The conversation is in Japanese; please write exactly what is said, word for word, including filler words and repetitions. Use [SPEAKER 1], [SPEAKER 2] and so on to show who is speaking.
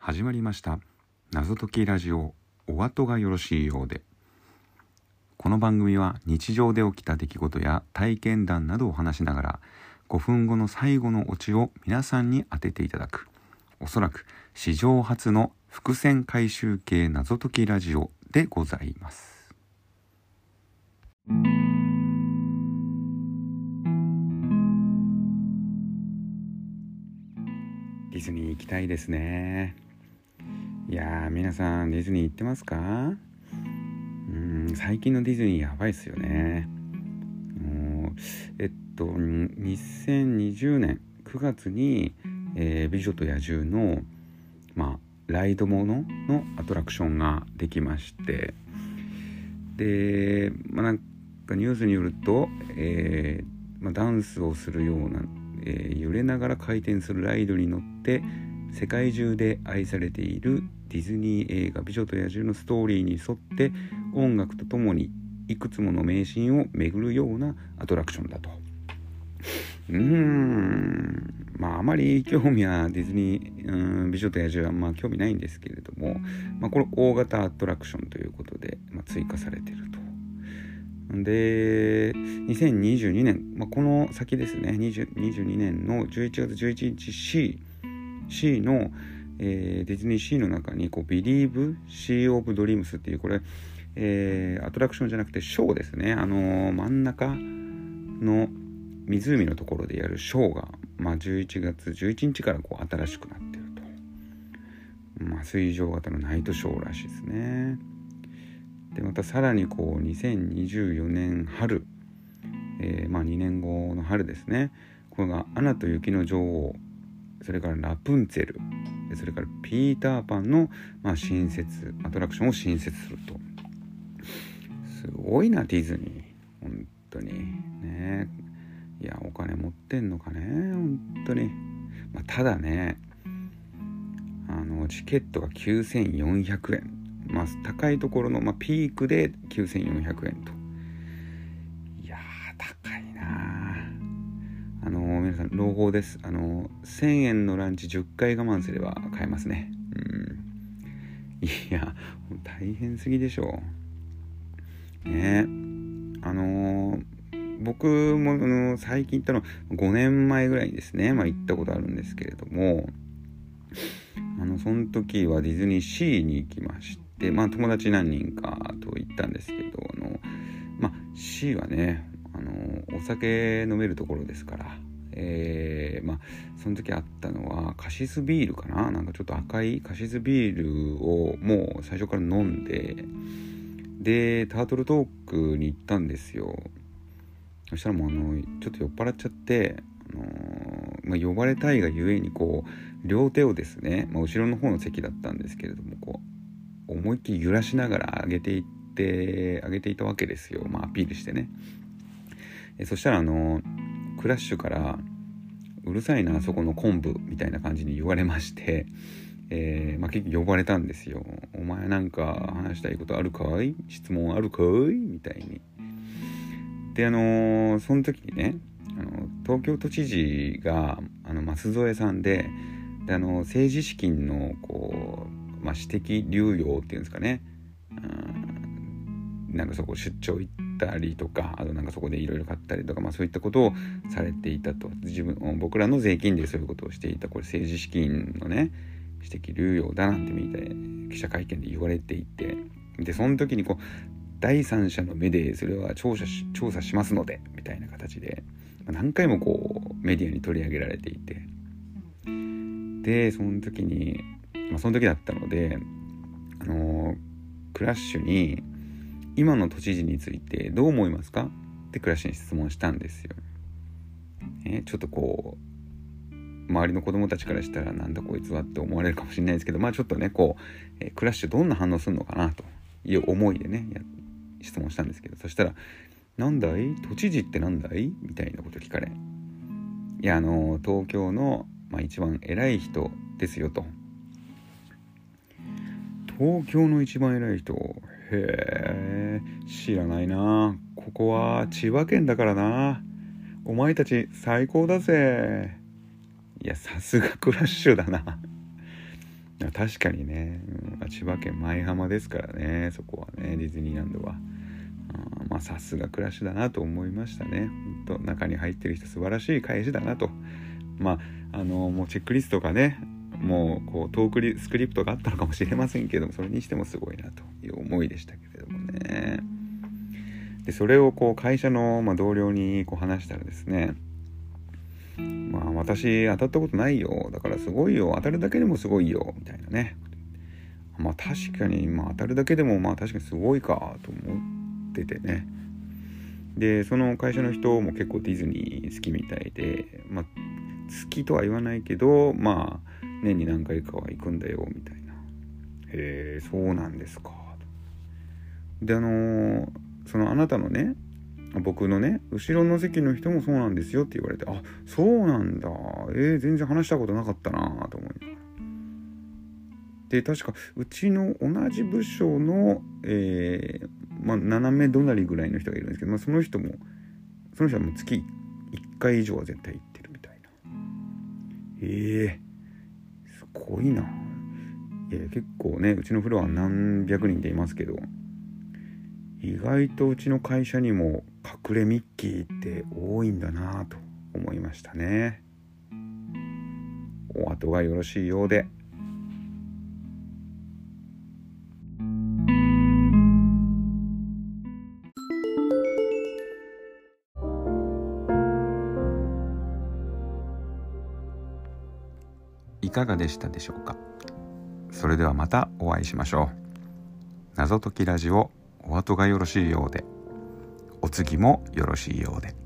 [SPEAKER 1] 始まりました謎解きラジオ、お後がよろしいようで。この番組は日常で起きた出来事や体験談などを話しながら、ごふんごの最後のオチを皆さんに当てていただく、おそらく史上初の伏線回収系謎解きラジオでございます。ディズニー行きたいですね。いやー、皆さんディズニー行ってますか？うーん最近のディズニーやばいっすよね。えっとにせんにじゅうねんくがつに、えー、美女と野獣の、まあ、ライドもののアトラクションができまして、で、まあ、なんかニュースによると、えーまあ、ダンスをするような、えー、揺れながら回転するライドに乗って世界中で愛されているディズニー映画美女と野獣のストーリーに沿って音楽とともにいくつもの名シーンを巡るようなアトラクションだと。うーんまああまり興味はディズニーうん美女と野獣はまあ興味ないんですけれども、まあ、これ大型アトラクションということで、まあ、追加されていると。でにせんにじゅうにねん、まあ、この先ですね、にじゅうにねんのじゅういちがつじゅういちにち C, C の、えー、ディズニーシーの中にこう Believe Sea of Dreams っていう、これ、えー、アトラクションじゃなくてショーですね。あのー、真ん中の湖のところでやるショーが、まあ、じゅういちがつじゅういちにちからこう新しくなっていると、まあ、水上型のナイトショーらしいですね。でまたさらにこうにせんにじゅうよねん春、えー、まあにねんごの春ですね、これがアナと雪の女王、それからラプンツェル、それからピーターパンの、まあ、新設アトラクションを新設すると。すごいなディズニー、本当にね。いやお金持ってんのかね本当に、まあ、ただね、あのチケットがきゅうせんよんひゃくえん、まあ、高いところの、まあ、ピークできゅうせんよんひゃくえんと。いやー高いな。あのー、皆さん朗報です。あのー、せんえんのランチじゅっかい我慢すれば買えますね。うんいや大変すぎでしょうね。あのー僕もあの最近行ったのごねんまえぐらいにですね、まあ、行ったことあるんですけれども、あのその時はディズニーシーに行きまして、まあ、友達何人かと行ったんですけど、あの、まあ、シーはね、あのお酒飲めるところですから、えーまあ、その時あったのはカシスビールかな、なんかちょっと赤いカシスビールをもう最初から飲んで、でタートルトークに行ったんですよ。そしたらもうあのちょっと酔っ払っちゃって、あのーまあ、呼ばれたいがゆえにこう両手をですね、まあ、後ろの方の席だったんですけれども、こう思いっきり揺らしながら上げていって上げていたわけですよ、まあ、アピールしてね。えそしたらあのクラッシュからうるさいなそこの昆布みたいな感じに言われまして、えーまあ、結局呼ばれたんですよ。お前なんか話したいことあるかい、質問あるかいみたいに。であのー、その時にね、あの東京都知事があの舛添さん で, であの政治資金のこう、まあ、私的流用っていうんですかね、うんなんかそこ出張行ったりとか、あとなんかそこでいろいろ買ったりとか、まあ、そういったことをされていたと。自分僕らの税金でそういうことをしていた、これ政治資金のね私的流用だなんてみたい記者会見で言われていて、でその時にこう第三者の目でそれは調査 し, 調査しますのでみたいな形で何回もこうメディアに取り上げられていて、でその時に、まあ、その時だったので、あのー、クラッシュに今の都知事についてどう思いますかってクラッシュに質問したんですよ、ね、ちょっとこう周りの子供たちからしたらなんだこいつはって思われるかもしれないですけど、まあちょっとねこう、えー、クラッシュどんな反応するのかなという思いでねや質問したんですけど、そしたらなんだい都知事ってなんだいみたいなこと聞かれ、いやあの東京の、まあ、一番偉い人ですよと。東京の一番偉い人、へえ知らないな、ここは千葉県だからな、お前たち最高だぜ。いやさすがクラッシュだな確かにね、うん、千葉県舞浜ですからね、そこはね、ディズニーランドは。あまあさすが暮らしだなと思いましたね。本当中に入ってる人素晴らしい返しだなと。まああのもうチェックリストがね、もうこうトークリスクリプトがあったのかもしれませんけども、それにしてもすごいなという思いでしたけれどもね。でそれをこう会社の、まあ、同僚にこう話したらですね、まあ私当たったことないよ、だからすごいよ、当たるだけでもすごいよみたいなね。まあ確かに、まあ当たるだけでもまあ確かにすごいかと思っててね。でその会社の人も結構ディズニー好きみたいで、まあ好きとは言わないけど、まあ年に何回かは行くんだよみたいな。へえ、そうなんですか。であのー、そのあなたのね、僕のね後ろの席の人もそうなんですよって言われて、あ、そうなんだ、えー、全然話したことなかったなと思いながら。で確かうちの同じ部署の、えーまあ、斜め隣ぐらいの人がいるんですけど、まあ、その人もその人はもう月いっかい以上は絶対行ってるみたいな。えー、すごいな。いや結構ね、うちのフロア何百人でいますけど、意外とうちの会社にも隠れミッキーって多いんだなと思いましたね。お後がよろしいようで。いかがでしたでしょうか。それではまたお会いしましょう。謎解きラジオ、お後がよろしいようで、お次もよろしいようで。